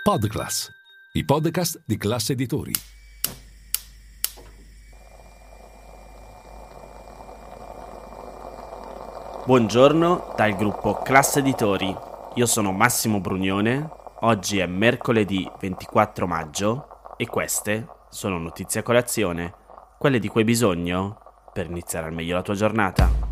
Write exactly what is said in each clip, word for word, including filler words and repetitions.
Podclass, i podcast di Classe Editori. Buongiorno dal gruppo Classe Editori. Io sono Massimo Brugnone. Oggi è mercoledì ventiquattro maggio e queste sono notizie a colazione, quelle di cui hai bisogno per iniziare al meglio la tua giornata.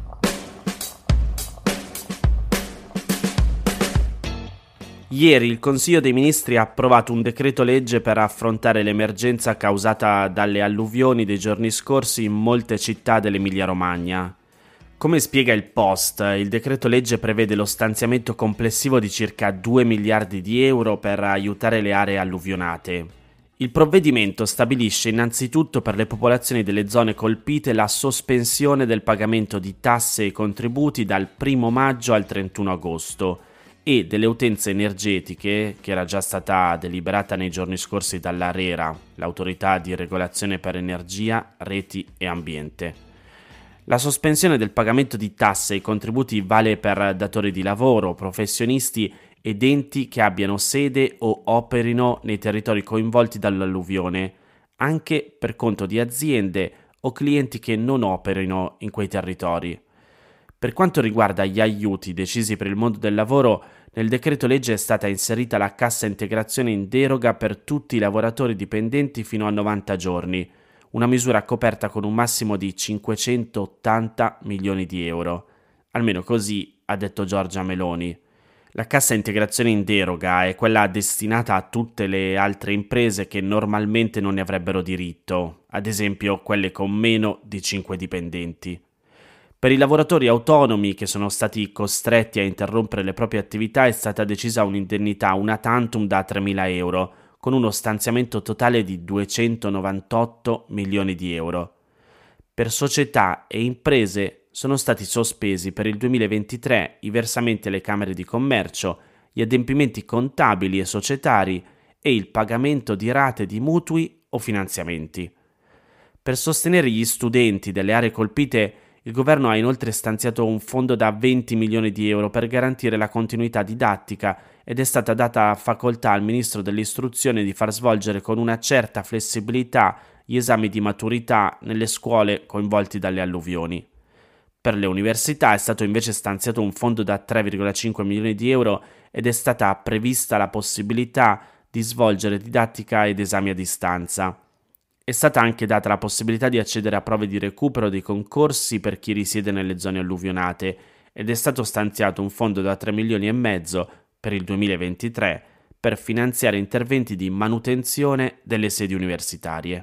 Ieri il Consiglio dei Ministri ha approvato un decreto legge per affrontare l'emergenza causata dalle alluvioni dei giorni scorsi in molte città dell'Emilia-Romagna. Come spiega il Post, il decreto legge prevede lo stanziamento complessivo di circa due miliardi di euro per aiutare le aree alluvionate. Il provvedimento stabilisce innanzitutto per le popolazioni delle zone colpite la sospensione del pagamento di tasse e contributi dal primo maggio al trentuno agosto e delle utenze energetiche, che era già stata deliberata nei giorni scorsi dall'ARERA, l'autorità di regolazione per energia, reti e ambiente. La sospensione del pagamento di tasse e contributi vale per datori di lavoro, professionisti ed enti che abbiano sede o operino nei territori coinvolti dall'alluvione, anche per conto di aziende o clienti che non operino in quei territori. Per quanto riguarda gli aiuti decisi per il mondo del lavoro, nel decreto legge è stata inserita la cassa integrazione in deroga per tutti i lavoratori dipendenti fino a novanta giorni, una misura coperta con un massimo di cinquecentottanta milioni di euro. Almeno così ha detto Giorgia Meloni. La cassa integrazione in deroga è quella destinata a tutte le altre imprese che normalmente non ne avrebbero diritto, ad esempio quelle con meno di cinque dipendenti. Per i lavoratori autonomi che sono stati costretti a interrompere le proprie attività è stata decisa un'indennità una tantum da tremila euro, con uno stanziamento totale di duecentonovantotto milioni di euro. Per società e imprese sono stati sospesi per il duemilaventitré i versamenti alle camere di commercio, gli adempimenti contabili e societari e il pagamento di rate di mutui o finanziamenti. Per sostenere gli studenti delle aree colpite, il governo ha inoltre stanziato un fondo da venti milioni di euro per garantire la continuità didattica ed è stata data facoltà al ministro dell'istruzione di far svolgere con una certa flessibilità gli esami di maturità nelle scuole coinvolte dalle alluvioni. Per le università è stato invece stanziato un fondo da tre virgola cinque milioni di euro ed è stata prevista la possibilità di svolgere didattica ed esami a distanza. È stata anche data la possibilità di accedere a prove di recupero dei concorsi per chi risiede nelle zone alluvionate ed è stato stanziato un fondo da tre milioni e mezzo per il duemilaventitré per finanziare interventi di manutenzione delle sedi universitarie.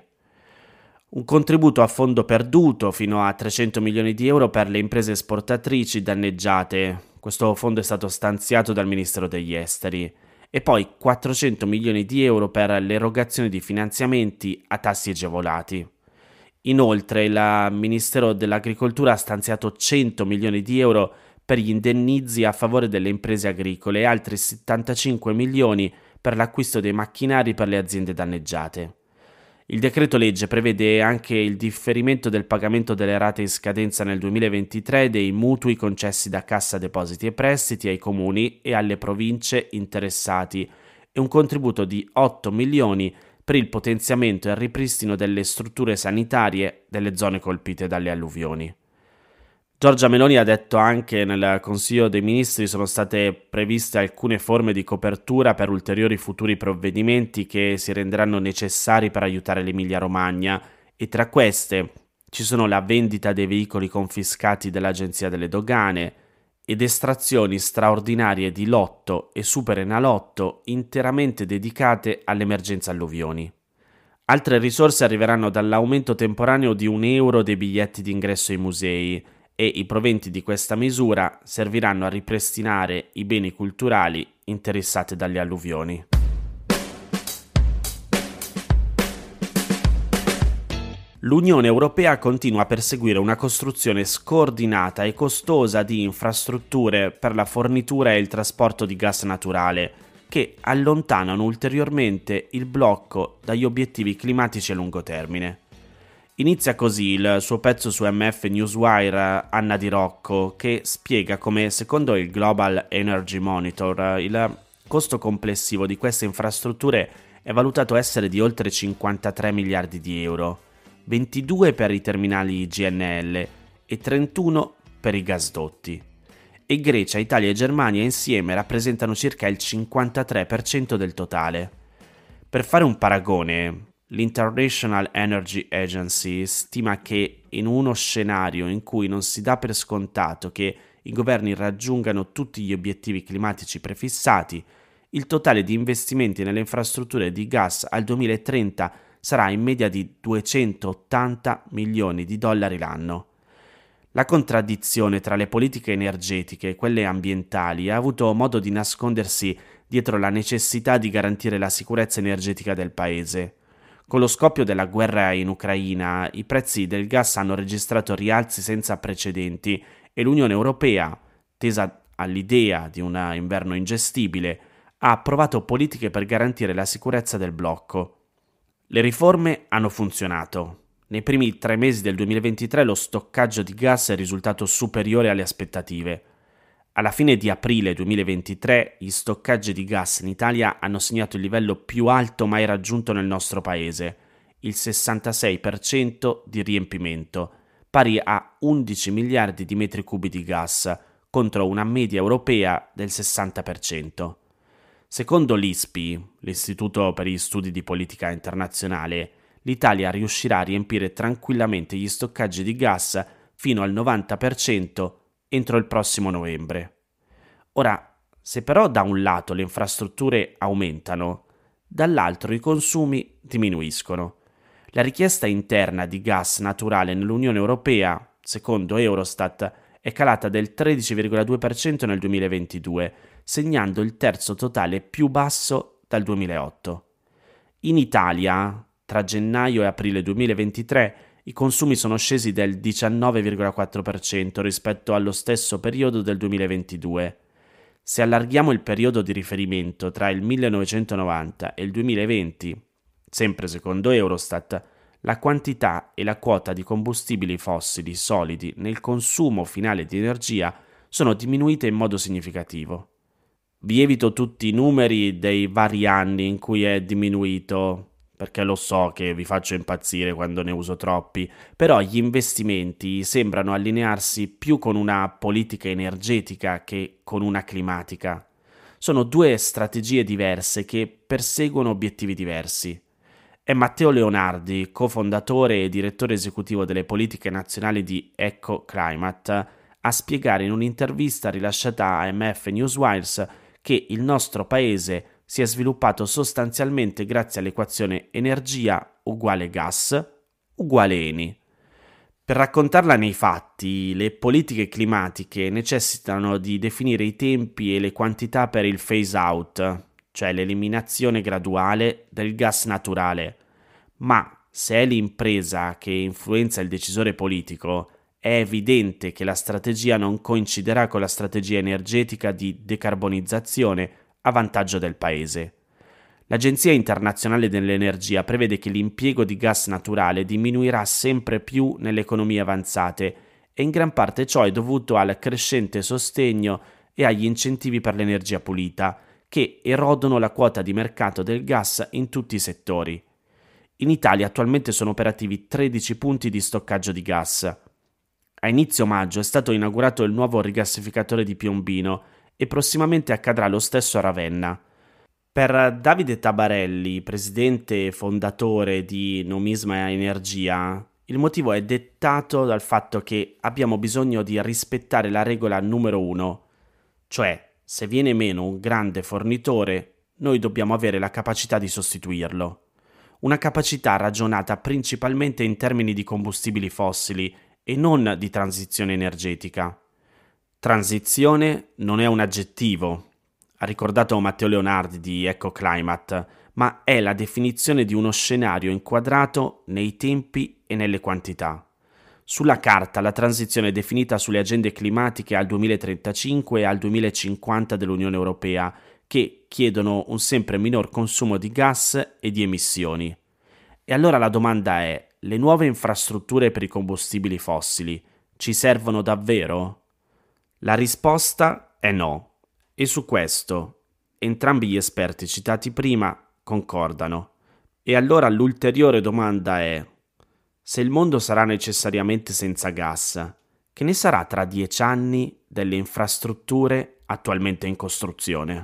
Un contributo a fondo perduto fino a trecento milioni di euro per le imprese esportatrici danneggiate. Questo fondo è stato stanziato dal Ministero degli Esteri. E poi quattrocento milioni di euro per l'erogazione di finanziamenti a tassi agevolati. Inoltre il Ministero dell'Agricoltura ha stanziato cento milioni di euro per gli indennizi a favore delle imprese agricole e altri settantacinque milioni per l'acquisto dei macchinari per le aziende danneggiate. Il decreto legge prevede anche il differimento del pagamento delle rate in scadenza nel duemilaventitré dei mutui concessi da Cassa Depositi e Prestiti ai comuni e alle province interessati e un contributo di otto milioni per il potenziamento e il ripristino delle strutture sanitarie delle zone colpite dalle alluvioni. Giorgia Meloni ha detto anche nel Consiglio dei Ministri sono state previste alcune forme di copertura per ulteriori futuri provvedimenti che si renderanno necessari per aiutare l'Emilia-Romagna e tra queste ci sono la vendita dei veicoli confiscati dall'Agenzia delle Dogane ed estrazioni straordinarie di lotto e superenalotto interamente dedicate all'emergenza alluvioni. Altre risorse arriveranno dall'aumento temporaneo di un euro dei biglietti d'ingresso ai musei e i proventi di questa misura serviranno a ripristinare i beni culturali interessati dalle alluvioni. L'Unione Europea continua a perseguire una costruzione scordinata e costosa di infrastrutture per la fornitura e il trasporto di gas naturale, che allontanano ulteriormente il blocco dagli obiettivi climatici a lungo termine. Inizia così il suo pezzo su M F Newswire Anna Di Rocco, che spiega come, secondo il Global Energy Monitor, il costo complessivo di queste infrastrutture è valutato essere di oltre cinquantatré miliardi di euro, ventidue per i terminali G N L e trentuno per i gasdotti. E Grecia, Italia e Germania insieme rappresentano circa il cinquantatré per cento del totale. Per fare un paragone, l'International Energy Agency stima che in uno scenario in cui non si dà per scontato che i governi raggiungano tutti gli obiettivi climatici prefissati, il totale di investimenti nelle infrastrutture di gas al duemilatrenta sarà in media di duecentottanta milioni di dollari l'anno. La contraddizione tra le politiche energetiche e quelle ambientali ha avuto modo di nascondersi dietro la necessità di garantire la sicurezza energetica del paese. Con lo scoppio della guerra in Ucraina, i prezzi del gas hanno registrato rialzi senza precedenti e l'Unione Europea, tesa all'idea di un inverno ingestibile, ha approvato politiche per garantire la sicurezza del blocco. Le riforme hanno funzionato. Nei primi tre mesi del duemilaventitré lo stoccaggio di gas è risultato superiore alle aspettative. Alla fine di aprile duemilaventitré gli stoccaggi di gas in Italia hanno segnato il livello più alto mai raggiunto nel nostro paese, il sessantasei per cento di riempimento, pari a undici miliardi di metri cubi di gas, contro una media europea del sessanta per cento. Secondo l'I S P I, l'Istituto per gli Studi di Politica Internazionale, l'Italia riuscirà a riempire tranquillamente gli stoccaggi di gas fino al novanta per cento entro il prossimo novembre. Ora, se però da un lato le infrastrutture aumentano, dall'altro i consumi diminuiscono. La richiesta interna di gas naturale nell'Unione Europea, secondo Eurostat, è calata del tredici virgola due per cento nel duemilaventidue, segnando il terzo totale più basso dal duemilaotto. In Italia, tra gennaio e aprile duemilaventitré, i consumi sono scesi del diciannove virgola quattro per cento rispetto allo stesso periodo del duemilaventidue. Se allarghiamo il periodo di riferimento tra il millenovecentonovanta e il duemilaventi, sempre secondo Eurostat, la quantità e la quota di combustibili fossili solidi nel consumo finale di energia sono diminuite in modo significativo. Vi evito tutti i numeri dei vari anni in cui è diminuito, perché lo so che vi faccio impazzire quando ne uso troppi, però gli investimenti sembrano allinearsi più con una politica energetica che con una climatica. Sono due strategie diverse che perseguono obiettivi diversi. È Matteo Leonardi, cofondatore e direttore esecutivo delle politiche nazionali di EcoClimate, a spiegare in un'intervista rilasciata a M F Newswires che il nostro paese si è sviluppato sostanzialmente grazie all'equazione energia uguale gas uguale Eni. Per raccontarla nei fatti, le politiche climatiche necessitano di definire i tempi e le quantità per il phase out, cioè l'eliminazione graduale del gas naturale. Ma se è l'impresa che influenza il decisore politico, è evidente che la strategia non coinciderà con la strategia energetica di decarbonizzazione a vantaggio del paese. L'Agenzia internazionale dell'energia prevede che l'impiego di gas naturale diminuirà sempre più nelle economie avanzate e in gran parte ciò è dovuto al crescente sostegno e agli incentivi per l'energia pulita, che erodono la quota di mercato del gas in tutti i settori. In Italia attualmente sono operativi tredici punti di stoccaggio di gas. A inizio maggio è stato inaugurato il nuovo rigassificatore di Piombino e prossimamente accadrà lo stesso a Ravenna. Per Davide Tabarelli, presidente e fondatore di Nomisma Energia, il motivo è dettato dal fatto che abbiamo bisogno di rispettare la regola numero uno, cioè se viene meno un grande fornitore, noi dobbiamo avere la capacità di sostituirlo. Una capacità ragionata principalmente in termini di combustibili fossili e non di transizione energetica. Transizione non è un aggettivo, ha ricordato Matteo Leonardi di EcoClimate, ma è la definizione di uno scenario inquadrato nei tempi e nelle quantità. Sulla carta la transizione è definita sulle agende climatiche al duemilatrentacinque e al duemilacinquanta dell'Unione Europea, che chiedono un sempre minor consumo di gas e di emissioni. E allora la domanda è: le nuove infrastrutture per i combustibili fossili ci servono davvero? La risposta è no. E su questo Entrambi gli esperti citati prima concordano. E allora l'ulteriore domanda è: se il mondo sarà necessariamente senza gas, che ne sarà tra dieci anni delle infrastrutture attualmente in costruzione?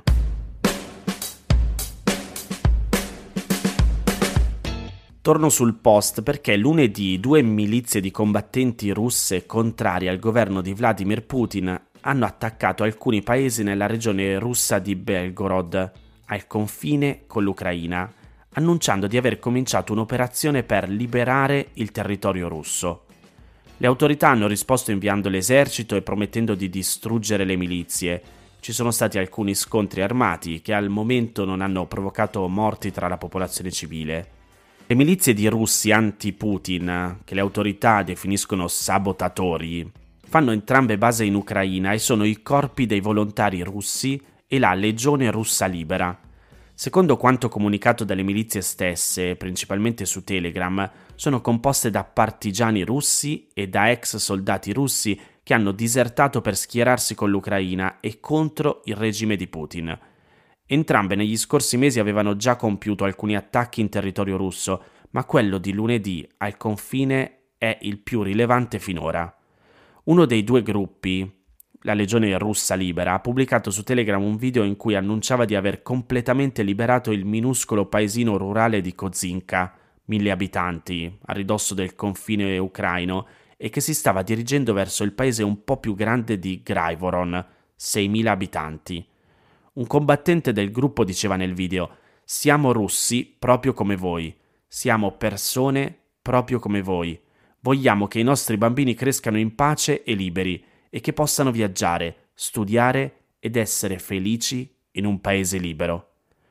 Torno sul post perché lunedì due milizie di combattenti russe contrarie al governo di Vladimir Putin hanno attaccato alcuni paesi nella regione russa di Belgorod, al confine con l'Ucraina, annunciando di aver cominciato un'operazione per liberare il territorio russo. Le autorità hanno risposto inviando l'esercito e promettendo di distruggere le milizie. Ci sono stati alcuni scontri armati che al momento non hanno provocato morti tra la popolazione civile. Le milizie di russi anti-Putin, che le autorità definiscono sabotatori, fanno entrambe base in Ucraina e sono i corpi dei volontari russi e la Legione Russa Libera. Secondo quanto comunicato dalle milizie stesse, principalmente su Telegram, sono composte da partigiani russi e da ex soldati russi che hanno disertato per schierarsi con l'Ucraina e contro il regime di Putin. Entrambe negli scorsi mesi avevano già compiuto alcuni attacchi in territorio russo, ma quello di lunedì al confine è il più rilevante finora. Uno dei due gruppi, la Legione Russa Libera, ha pubblicato su Telegram un video in cui annunciava di aver completamente liberato il minuscolo paesino rurale di Kozinka, mille abitanti, a ridosso del confine ucraino, e che si stava dirigendo verso il paese un po' più grande di Graivoron, seimila abitanti. Un combattente del gruppo diceva nel video: «Siamo russi proprio come voi, siamo persone proprio come voi. Vogliamo che i nostri bambini crescano in pace e liberi e che possano viaggiare, studiare ed essere felici in un paese libero».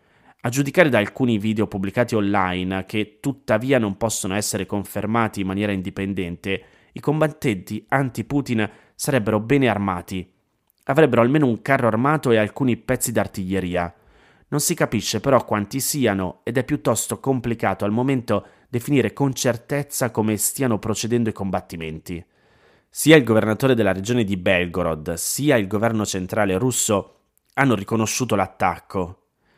A giudicare da alcuni video pubblicati online, che tuttavia non possono essere confermati in maniera indipendente, i combattenti anti-Putin sarebbero bene armati. Avrebbero almeno un carro armato e alcuni pezzi d'artiglieria. Non si capisce però quanti siano ed è piuttosto complicato al momento definire con certezza come stiano procedendo i combattimenti. Sia il governatore della regione di Belgorod sia il governo centrale russo hanno riconosciuto l'attacco.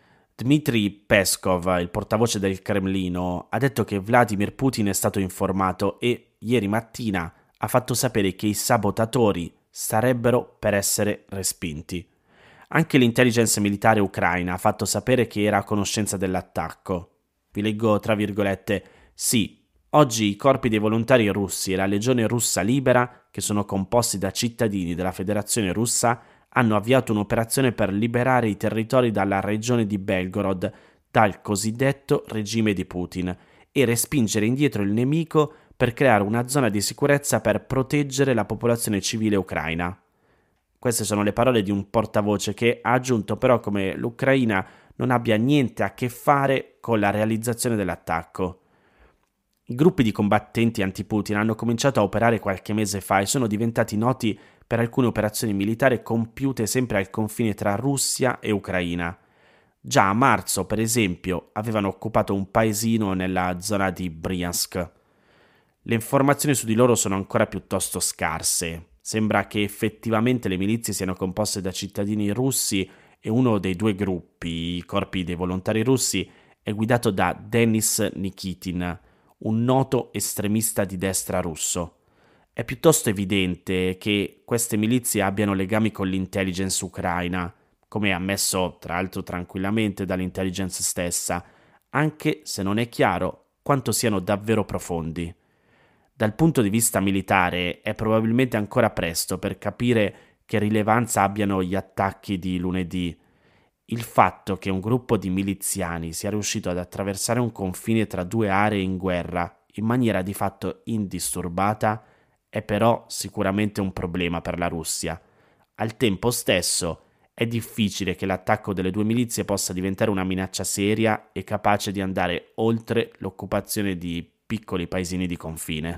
Dmitry Peskov, il portavoce del Cremlino, ha detto che Vladimir Putin è stato informato e ieri mattina ha fatto sapere che i sabotatori starebbero per essere respinti. Anche l'intelligence militare ucraina ha fatto sapere che era a conoscenza dell'attacco. Vi leggo tra virgolette: «Sì, oggi i corpi dei volontari russi e la Legione Russa Libera, che sono composti da cittadini della Federazione Russa, hanno avviato un'operazione per liberare i territori dalla regione di Belgorod dal cosiddetto regime di Putin e respingere indietro il nemico per creare una zona di sicurezza per proteggere la popolazione civile ucraina». Queste sono le parole di un portavoce che ha aggiunto però come l'Ucraina non abbia niente a che fare con la realizzazione dell'attacco. I gruppi di combattenti anti-Putin hanno cominciato a operare qualche mese fa e sono diventati noti per alcune operazioni militari compiute sempre al confine tra Russia e Ucraina. Già a marzo, per esempio, avevano occupato un paesino nella zona di Bryansk. Le informazioni su di loro sono ancora piuttosto scarse. Sembra che effettivamente le milizie siano composte da cittadini russi e uno dei due gruppi, i corpi dei volontari russi, è guidato da Denis Nikitin, un noto estremista di destra russo. È piuttosto evidente che queste milizie abbiano legami con l'intelligence ucraina, come ammesso tra l'altro tranquillamente dall'intelligence stessa, anche se non è chiaro quanto siano davvero profondi. Dal punto di vista militare è probabilmente ancora presto per capire che rilevanza abbiano gli attacchi di lunedì. Il fatto che un gruppo di miliziani sia riuscito ad attraversare un confine tra due aree in guerra in maniera di fatto indisturbata è però sicuramente un problema per la Russia. Al tempo stesso è difficile che l'attacco delle due milizie possa diventare una minaccia seria e capace di andare oltre l'occupazione di piccoli paesini di confine.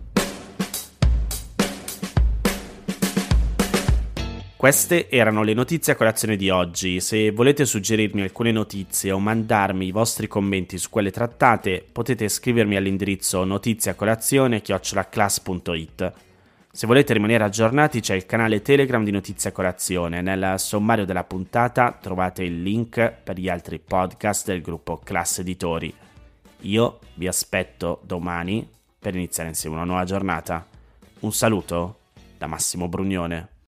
Queste erano le notizie a colazione di oggi. Se volete suggerirmi alcune notizie o mandarmi i vostri commenti su quelle trattate, potete scrivermi all'indirizzo notiziacolazione chiocciola class punto it. Se volete rimanere aggiornati c'è il canale Telegram di Notizia Colazione. Nel sommario della puntata trovate il link per gli altri podcast del gruppo Classe Editori. Io vi aspetto domani per iniziare insieme una nuova giornata. Un saluto da Massimo Brugnone.